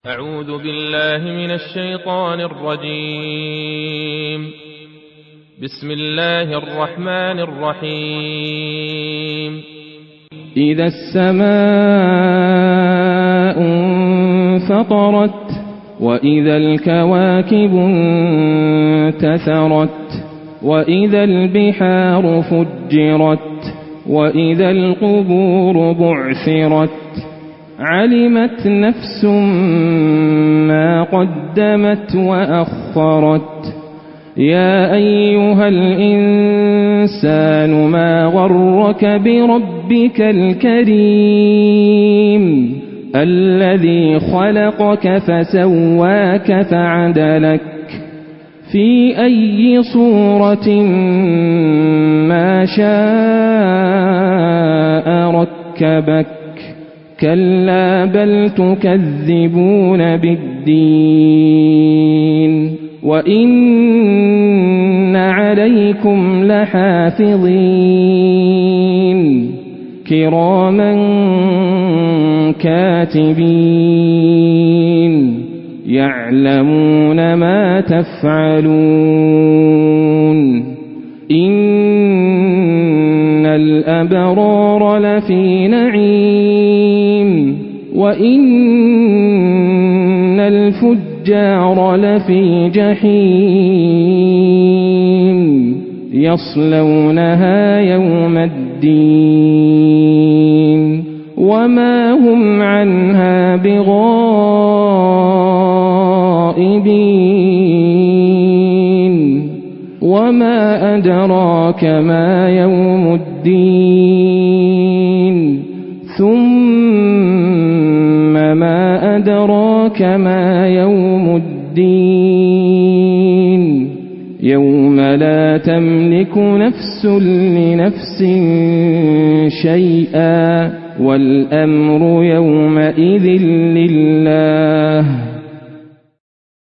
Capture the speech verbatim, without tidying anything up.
أعوذ بالله من الشيطان الرجيم. بسم الله الرحمن الرحيم. إذا السماء انفطرت وإذا الكواكب انتثرت وإذا البحار فجرت وإذا القبور بعثرت علمت نفس ما قدمت وأخرت. يا أيها الإنسان ما غرك بربك الكريم الذي خلقك فسواك فعدلك في أي صورة ما شاء ركبك. كلا بل تكذبون بالدين وإن عليكم لحافظين كراما كاتبين يعلمون ما تفعلون. إن الأبرار لفي نعيم وإن الفجار لفي جحيم يصلونها يوم الدين وما هم عنها بغائبين. وما أدراك ما يوم الدين ثم ما أدراك ما يوم الدين يوم لا تملك نفس لنفس شيئا والأمر يومئذ لله.